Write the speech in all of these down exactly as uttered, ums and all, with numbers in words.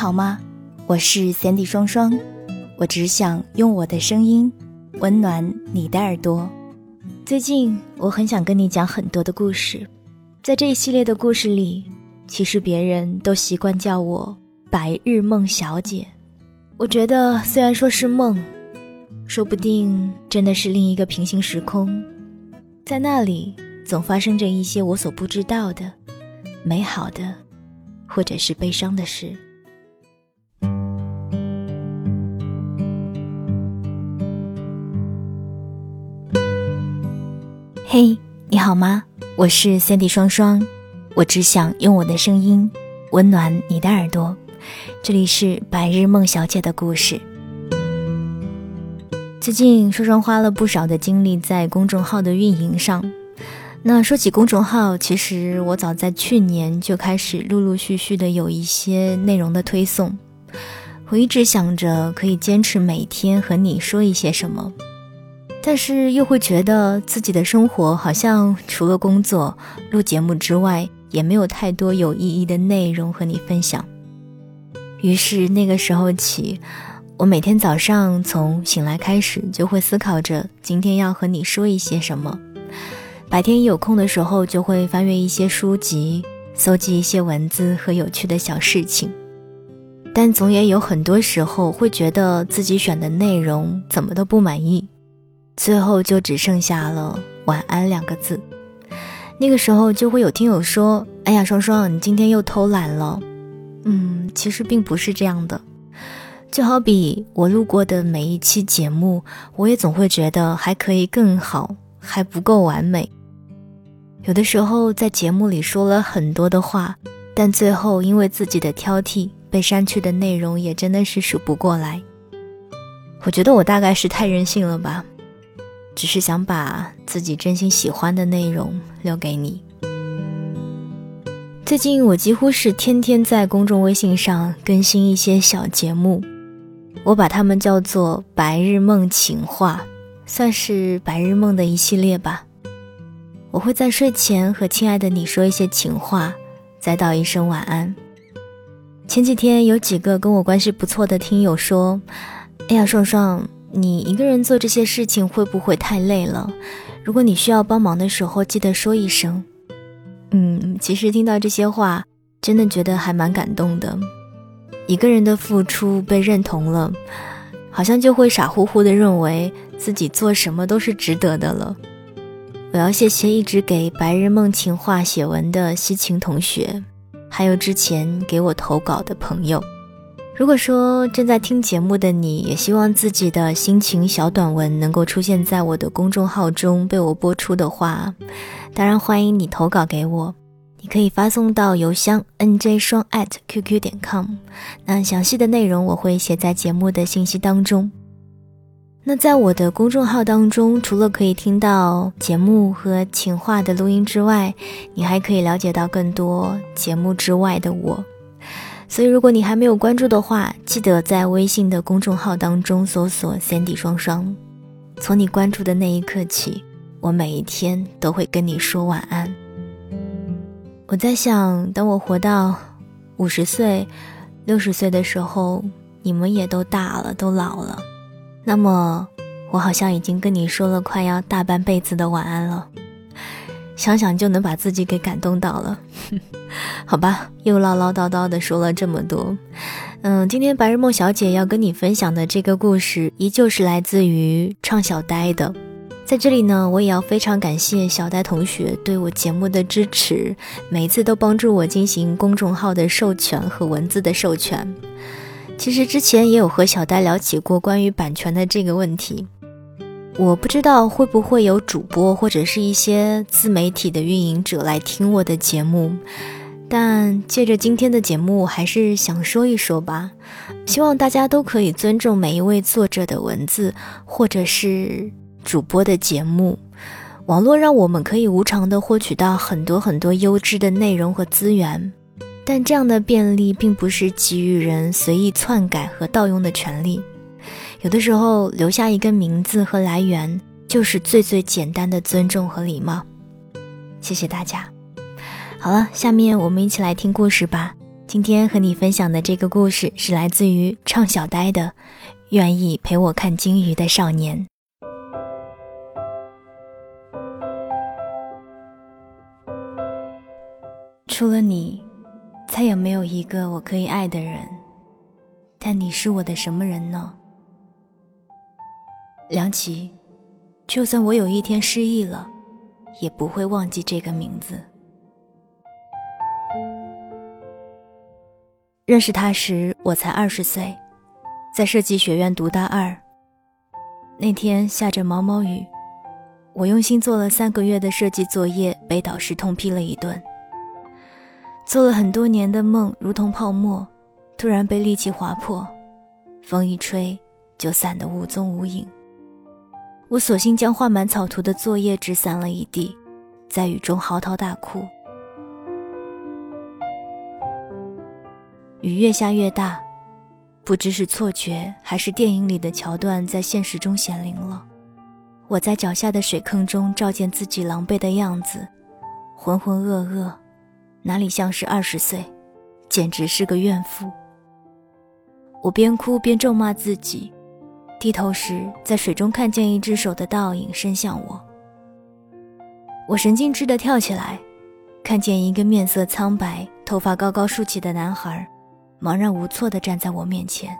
好吗？我是 Sandy 双双，我只想用我的声音温暖你的耳朵。最近我很想跟你讲很多的故事，在这一系列的故事里，其实别人都习惯叫我白日梦小姐。我觉得虽然说是梦，说不定真的是另一个平行时空，在那里总发生着一些我所不知道的美好的或者是悲伤的事。嘿，你好吗？我是 Sandy 双双，我只想用我的声音温暖你的耳朵。这里是白日梦小姐的故事。最近双双花了不少的精力在公众号的运营上。那说起公众号，其实我早在去年就开始陆陆续续的有一些内容的推送。我一直想着可以坚持每天和你说一些什么，但是又会觉得自己的生活好像除了工作录节目之外，也没有太多有意义的内容和你分享。于是那个时候起，我每天早上从醒来开始就会思考着今天要和你说一些什么。白天一有空的时候就会翻阅一些书籍，搜集一些文字和有趣的小事情，但总也有很多时候会觉得自己选的内容怎么都不满意，最后就只剩下了晚安两个字。那个时候就会有听友说，哎呀双双，你今天又偷懒了。嗯，其实并不是这样的。就好比我录过的每一期节目，我也总会觉得还可以更好，还不够完美。有的时候在节目里说了很多的话，但最后因为自己的挑剔，被删去的内容也真的是数不过来。我觉得我大概是太任性了吧，只是想把自己真心喜欢的内容留给你。最近我几乎是天天在公众微信上更新一些小节目，我把它们叫做白日梦情话，算是白日梦的一系列吧。我会在睡前和亲爱的你说一些情话，再道一声晚安。前几天有几个跟我关系不错的听友说，哎呀双双，你一个人做这些事情会不会太累了？如果你需要帮忙的时候记得说一声。嗯，其实听到这些话真的觉得还蛮感动的。一个人的付出被认同了，好像就会傻乎乎地认为自己做什么都是值得的了。我要谢谢一直给白日梦情话写文的西晴同学，还有之前给我投稿的朋友。如果说正在听节目的你也希望自己的心情小短文能够出现在我的公众号中被我播出的话，当然欢迎你投稿给我。你可以发送到邮箱 n j 双 at q q 点 com， 那详细的内容我会写在节目的信息当中。那在我的公众号当中，除了可以听到节目和情话的录音之外，你还可以了解到更多节目之外的我。所以如果你还没有关注的话，记得在微信的公众号当中搜索 Sandy 双双。从你关注的那一刻起，我每一天都会跟你说晚安。我在想，等我活到五十岁、六十岁的时候，你们也都大了，都老了。那么，我好像已经跟你说了快要大半辈子的晚安了。想想就能把自己给感动到了。好吧，又唠唠叨叨的说了这么多。嗯，今天白日梦小姐要跟你分享的这个故事，依旧是来自于唱小呆的。在这里呢，我也要非常感谢小呆同学对我节目的支持，每一次都帮助我进行公众号的授权和文字的授权。其实之前也有和小呆聊起过关于版权的这个问题。我不知道会不会有主播或者是一些自媒体的运营者来听我的节目，但借着今天的节目，我还是想说一说吧。希望大家都可以尊重每一位作者的文字，或者是主播的节目。网络让我们可以无偿地获取到很多很多优质的内容和资源，但这样的便利并不是给予人随意篡改和盗用的权利。有的时候留下一个名字和来源，就是最最简单的尊重和礼貌。谢谢大家。好了，下面我们一起来听故事吧。 今天和你分享的这个故事是来自于唱小呆的《愿意陪我看鲸鱼的少年》。除了你，再也没有一个我可以爱的人，但你是我的什么人呢？梁琪，就算我有一天失忆了，也不会忘记这个名字。认识他时我才二十岁，在设计学院读大二。那天下着毛毛雨，我用心做了三个月的设计作业，被导师痛批了一顿。做了很多年的梦如同泡沫，突然被力气划破，风一吹就散得无踪无影。我索性将画满草图的作业纸散了一地，在雨中嚎啕大哭。雨越下越大，不知是错觉还是电影里的桥段在现实中显灵了。我在脚下的水坑中照见自己狼狈的样子，浑浑噩噩，哪里像是二十岁，简直是个怨妇。我边哭边咒骂自己，低头时在水中看见一只手的倒影伸向我。我神经质地跳起来，看见一个面色苍白、头发高高竖起的男孩茫然无措地站在我面前。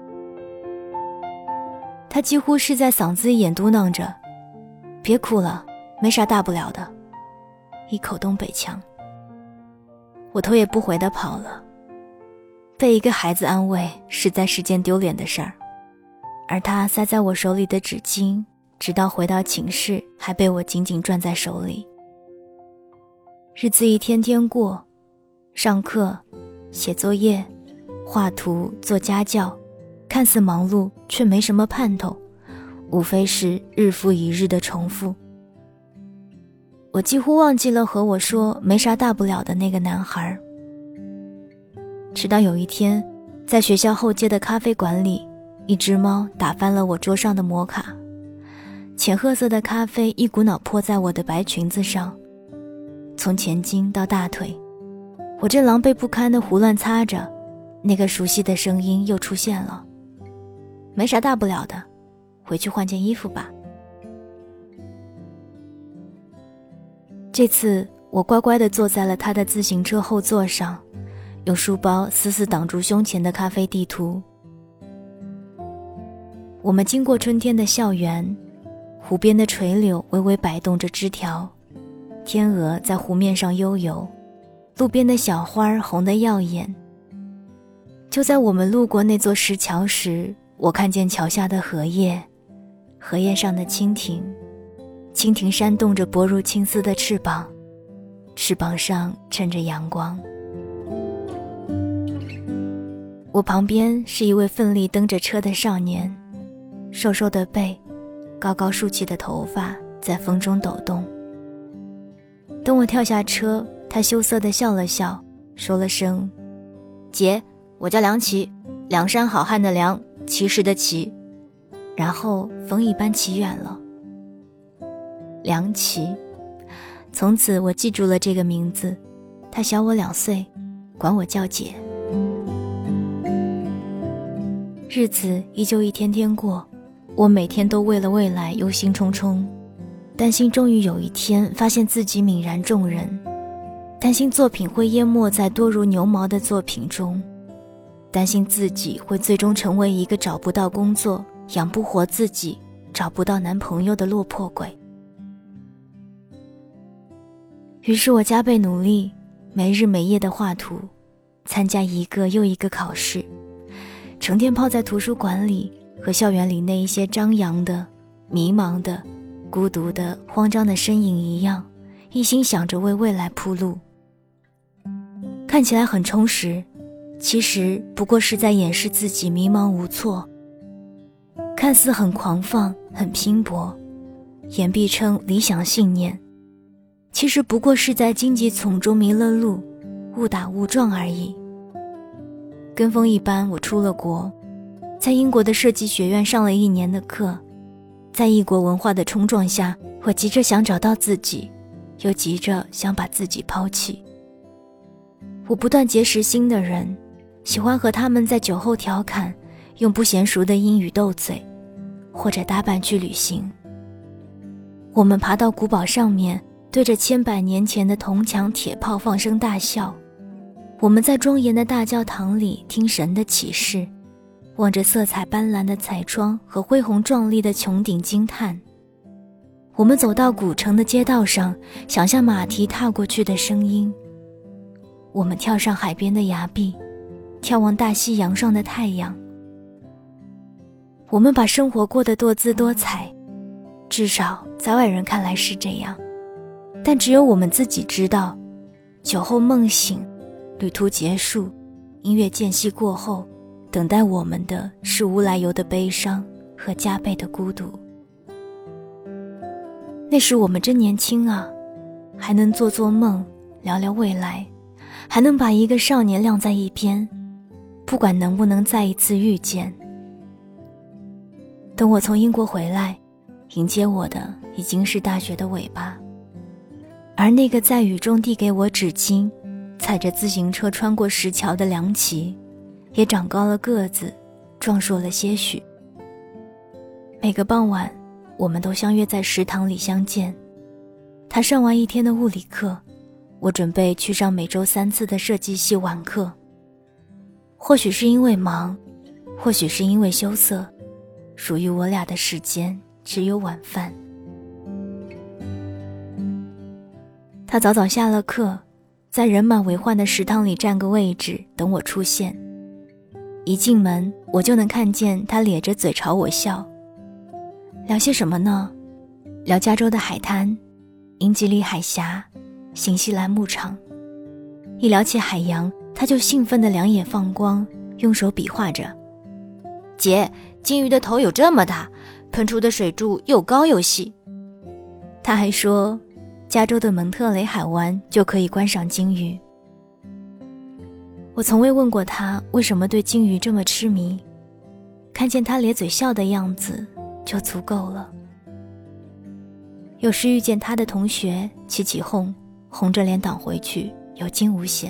他几乎是在嗓子眼嘟囔着：别哭了，没啥大不了的，一口东北腔。我头也不回地跑了。被一个孩子安慰实在是件丢脸的事儿，而他塞在我手里的纸巾直到回到寝室还被我紧紧攥在手里。日子一天天过，上课、写作业、画图、做家教，看似忙碌却没什么盼头，无非是日复一日的重复。我几乎忘记了和我说没啥大不了的那个男孩。直到有一天，在学校后街的咖啡馆里，一只猫打翻了我桌上的摩卡，浅褐色的咖啡一股脑泼在我的白裙子上，从前襟到大腿，我正狼狈不堪地胡乱擦着，那个熟悉的声音又出现了：没啥大不了的，回去换件衣服吧。这次我乖乖地坐在了他的自行车后座上，用书包死死挡住胸前的咖啡地图。我们经过春天的校园，湖边的垂柳微微摆动着枝条，天鹅在湖面上悠游，路边的小花红得耀眼。就在我们路过那座石桥时，我看见桥下的荷叶，荷叶上的蜻蜓，蜻蜓扇动着薄如青丝的翅膀，翅膀上衬着阳光。我旁边是一位奋力蹬着车的少年，瘦瘦的背，高高竖起的头发在风中抖动。等我跳下车，他羞涩地笑了笑，说了声：姐，我叫梁琪，梁山好汉的梁，骑士的骑。然后风一般骑远了。梁琪，从此我记住了这个名字。他小我两岁，管我叫姐。日子依旧一天天过，我每天都为了未来忧心忡忡，担心终于有一天发现自己泯然众人，担心作品会淹没在多如牛毛的作品中，担心自己会最终成为一个找不到工作、养不活自己、找不到男朋友的落魄鬼。于是我加倍努力，没日没夜的画图，参加一个又一个考试，成天泡在图书馆里，和校园里那一些张扬的、迷茫的、孤独的、慌张的身影一样，一心想着为未来铺路。看起来很充实，其实不过是在掩饰自己迷茫无措。看似很狂放、很拼搏，言必称理想信念，其实不过是在荆棘丛中迷了路，误打误撞而已。跟风一般，我出了国，在英国的设计学院上了一年的课，在异国文化的冲撞下，我急着想找到自己，又急着想把自己抛弃。 我不断结识新的人，喜欢和他们在酒后调侃，用不娴熟的英语斗嘴，或者打扮去旅行。我们爬到古堡上面，对着千百年前的铜墙铁炮放声大笑。我们在庄严的大教堂里听神的启示，望着色彩斑斓的彩窗和恢宏壮丽的穹顶惊叹。我们走到古城的街道上，想象马蹄踏过去的声音。我们跳上海边的崖壁，眺望大西洋上的太阳。我们把生活过得多姿多彩，至少在外人看来是这样，但只有我们自己知道，酒后梦醒，旅途结束，音乐间隙过后，等待我们的是无来由的悲伤和加倍的孤独。那时我们真年轻啊，还能做做梦，聊聊未来，还能把一个少年晾在一边，不管能不能再一次遇见。等我从英国回来，迎接我的已经是大学的尾巴，而那个在雨中递给我纸巾，踩着自行车穿过石桥的梁琪，也长高了个子，壮硕了些许。每个傍晚，我们都相约在食堂里相见。他上完一天的物理课，我准备去上每周三次的设计系晚课。或许是因为忙，或许是因为羞涩，属于我俩的时间只有晚饭。他早早下了课，在人满为患的食堂里占个位置等我出现。一进门，我就能看见他咧着嘴朝我笑。聊些什么呢？聊加州的海滩，英吉利海峡，新西兰牧场。一聊起海洋，他就兴奋地两眼放光，用手比划着：姐，金鱼的头有这么大，喷出的水柱又高又细。他还说，加州的蒙特雷海湾就可以观赏鲸鱼。我从未问过他为什么对鲸鱼这么痴迷，看见他咧嘴笑的样子就足够了。有时遇见他的同学起起哄，红着脸挡回去，有惊无险。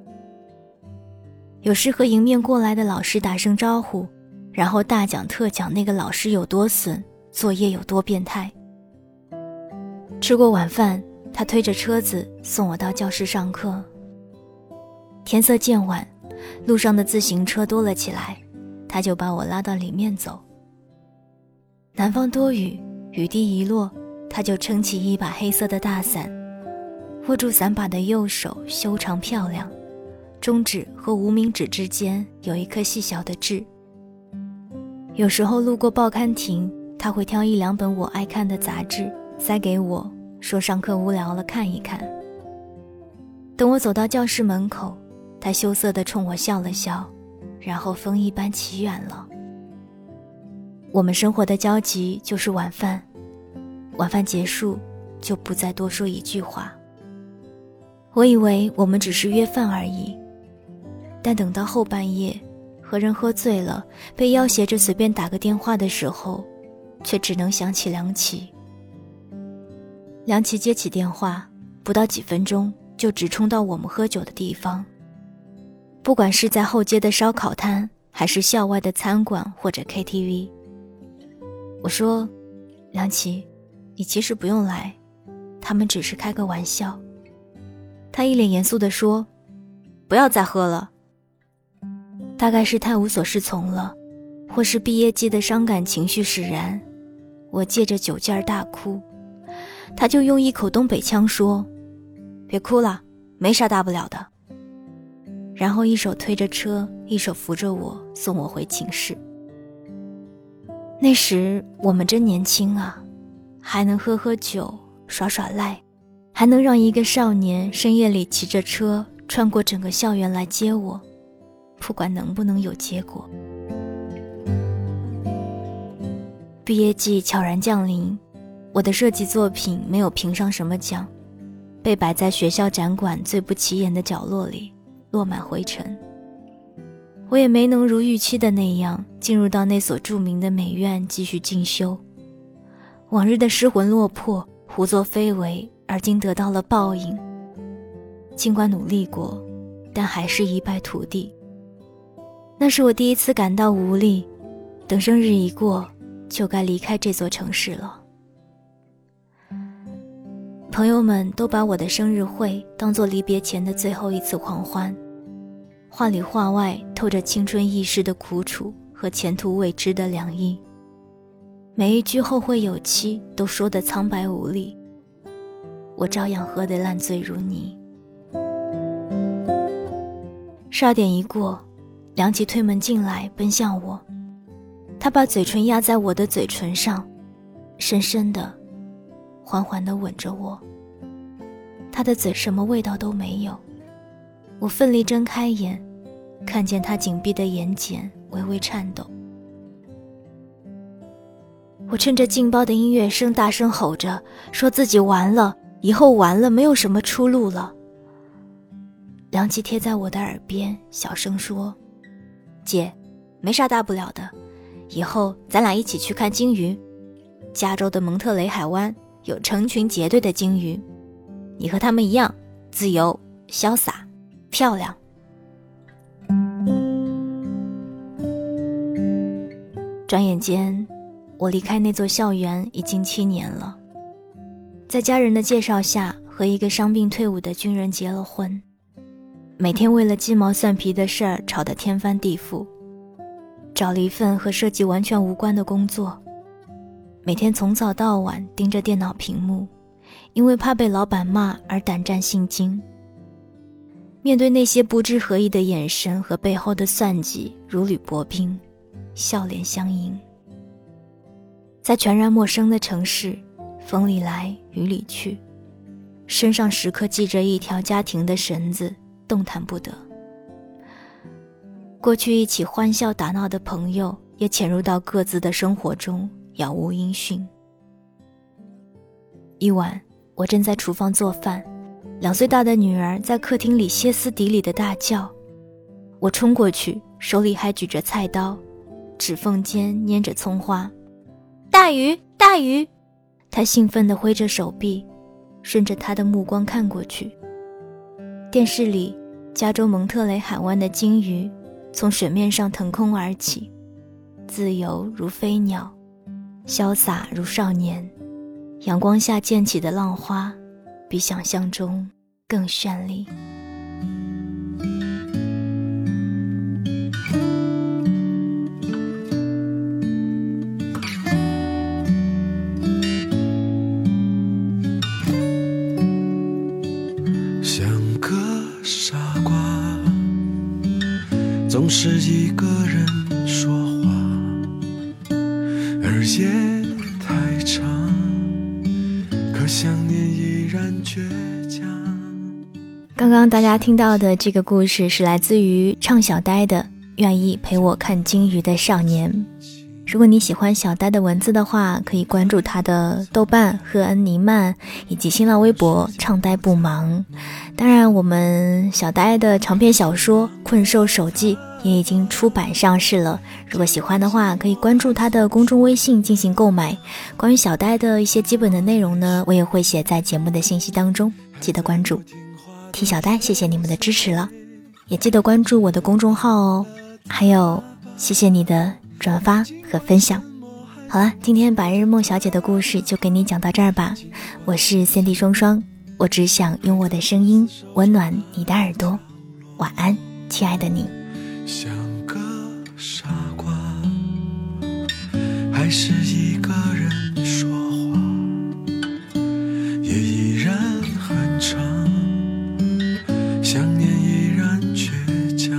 有时和迎面过来的老师打声招呼，然后大讲特讲那个老师有多损，作业有多变态。吃过晚饭，他推着车子送我到教室上课。天色渐晚，路上的自行车多了起来，他就把我拉到里面走。南方多雨，雨滴一落，他就撑起一把黑色的大伞，握住伞把的右手修长漂亮，中指和无名指之间有一颗细小的痣。有时候路过报刊亭，他会挑一两本我爱看的杂志塞给我，说上课无聊了看一看。等我走到教室门口，他羞涩地冲我笑了笑，然后风一般骑远了。我们生活的交集就是晚饭，晚饭结束就不再多说一句话。我以为我们只是约饭而已，但等到后半夜和人喝醉了，被要挟着随便打个电话的时候，却只能想起梁琪。梁琪接起电话，不到几分钟就直冲到我们喝酒的地方。不管是在后街的烧烤摊，还是校外的餐馆或者 K T V。 我说，梁琪，你其实不用来，他们只是开个玩笑。他一脸严肃地说，不要再喝了。大概是太无所适从了，或是毕业季的伤感情绪使然，我借着酒劲儿大哭。他就用一口东北腔说，别哭了，没啥大不了的。然后一手推着车，一手扶着我，送我回寝室。那时我们真年轻啊，还能喝喝酒，耍耍赖，还能让一个少年深夜里骑着车穿过整个校园来接我，不管能不能有结果。毕业季悄然降临，我的设计作品没有评上什么奖，被摆在学校展馆最不起眼的角落里，落满灰尘。我也没能如预期的那样进入到那所著名的美院继续进修。往日的失魂落魄，胡作非为，而今得到了报应。尽管努力过， 但还是一败涂地。那是我第一次感到无力，等生日一过，就该离开这座城市了。朋友们都把我的生日会当作离别前的最后一次狂欢，话里话外透着青春易逝的苦楚和前途未知的凉意，每一句后会有期都说得苍白无力，我照样喝得烂醉如泥。十二点一过，梁琪推门进来，奔向我，他把嘴唇压在我的嘴唇上，深深的缓缓地吻着我。他的嘴什么味道都没有，我奋力睁开眼，看见他紧闭的眼睑微微颤抖。我趁着劲爆的音乐声大声吼着，说自己完了，以后完了，没有什么出路了。梁琪贴在我的耳边小声说，姐，没啥大不了的，以后咱俩一起去看鲸鱼，加州的蒙特雷海湾有成群结队的鲸鱼，你和他们一样自由、潇洒、漂亮。转眼间，我离开那座校园已经七年了，在家人的介绍下，和一个伤病退伍的军人结了婚，每天为了鸡毛蒜皮的事儿吵得天翻地覆，找了一份和设计完全无关的工作，每天从早到晚盯着电脑屏幕，因为怕被老板骂而胆战心惊。面对那些不知何意的眼神和背后的算计，如履薄冰，笑脸相迎。在全然陌生的城市，风里来雨里去，身上时刻系着一条家庭的绳子，动弹不得。过去一起欢笑打闹的朋友，也潜入到各自的生活中，杳无音讯。一晚，我正在厨房做饭，两岁大的女儿在客厅里歇斯底里的大叫。我冲过去，手里还举着菜刀，指缝间捏着葱花。大鱼，大鱼！她兴奋地挥着手臂，顺着她的目光看过去，电视里加州蒙特雷海湾的鲸鱼从水面上腾空而起，自由如飞鸟，潇洒如少年。阳光下溅起的浪花比想象中更绚丽。 像个傻瓜，总是一个人说话，而夜太长，可想念依然倔强。 刚刚大家听到的这个故事是来自于唱小呆的《愿意陪我看鲸鱼的少年》。如果你喜欢小呆的文字的话，可以关注他的豆瓣赫恩尼曼以及新浪微博唱呆不忙。当然，我们小呆的长篇小说《困兽手记》也已经出版上市了，如果喜欢的话，可以关注他的公众微信进行购买。关于小呆的一些基本的内容呢，我也会写在节目的信息当中，记得关注。替小呆谢谢你们的支持了，也记得关注我的公众号哦，还有谢谢你的转发和分享。好了，今天白日梦小姐的故事就给你讲到这儿吧。我是三 D 双双，我只想用我的声音温暖你的耳朵。晚安，亲爱的你。 像个傻瓜，还是一个人说话，夜依然很长，想念依然倔强。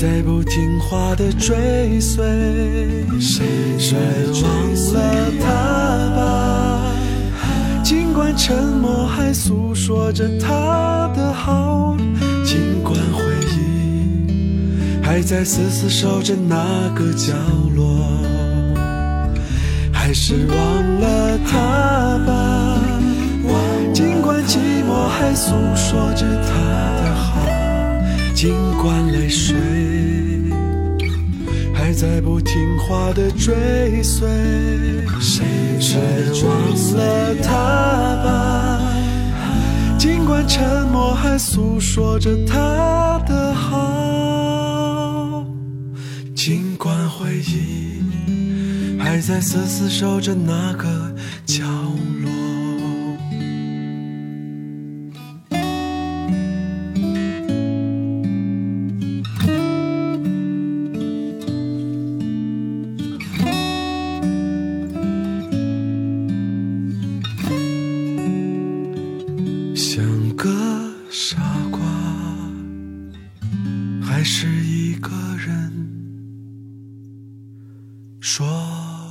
在不听话的追随，谁忘了他吧？尽管沉默还诉说着他的好，尽管回忆还在死死守着那个角落，还是忘了他吧？尽管寂寞还诉说着他的好，尽管泪水还在不听话的追随，谁忘了他吧？尽管沉默还诉说着他的好，尽管回忆还在死死守着那个角落。像个傻瓜，还是一个人说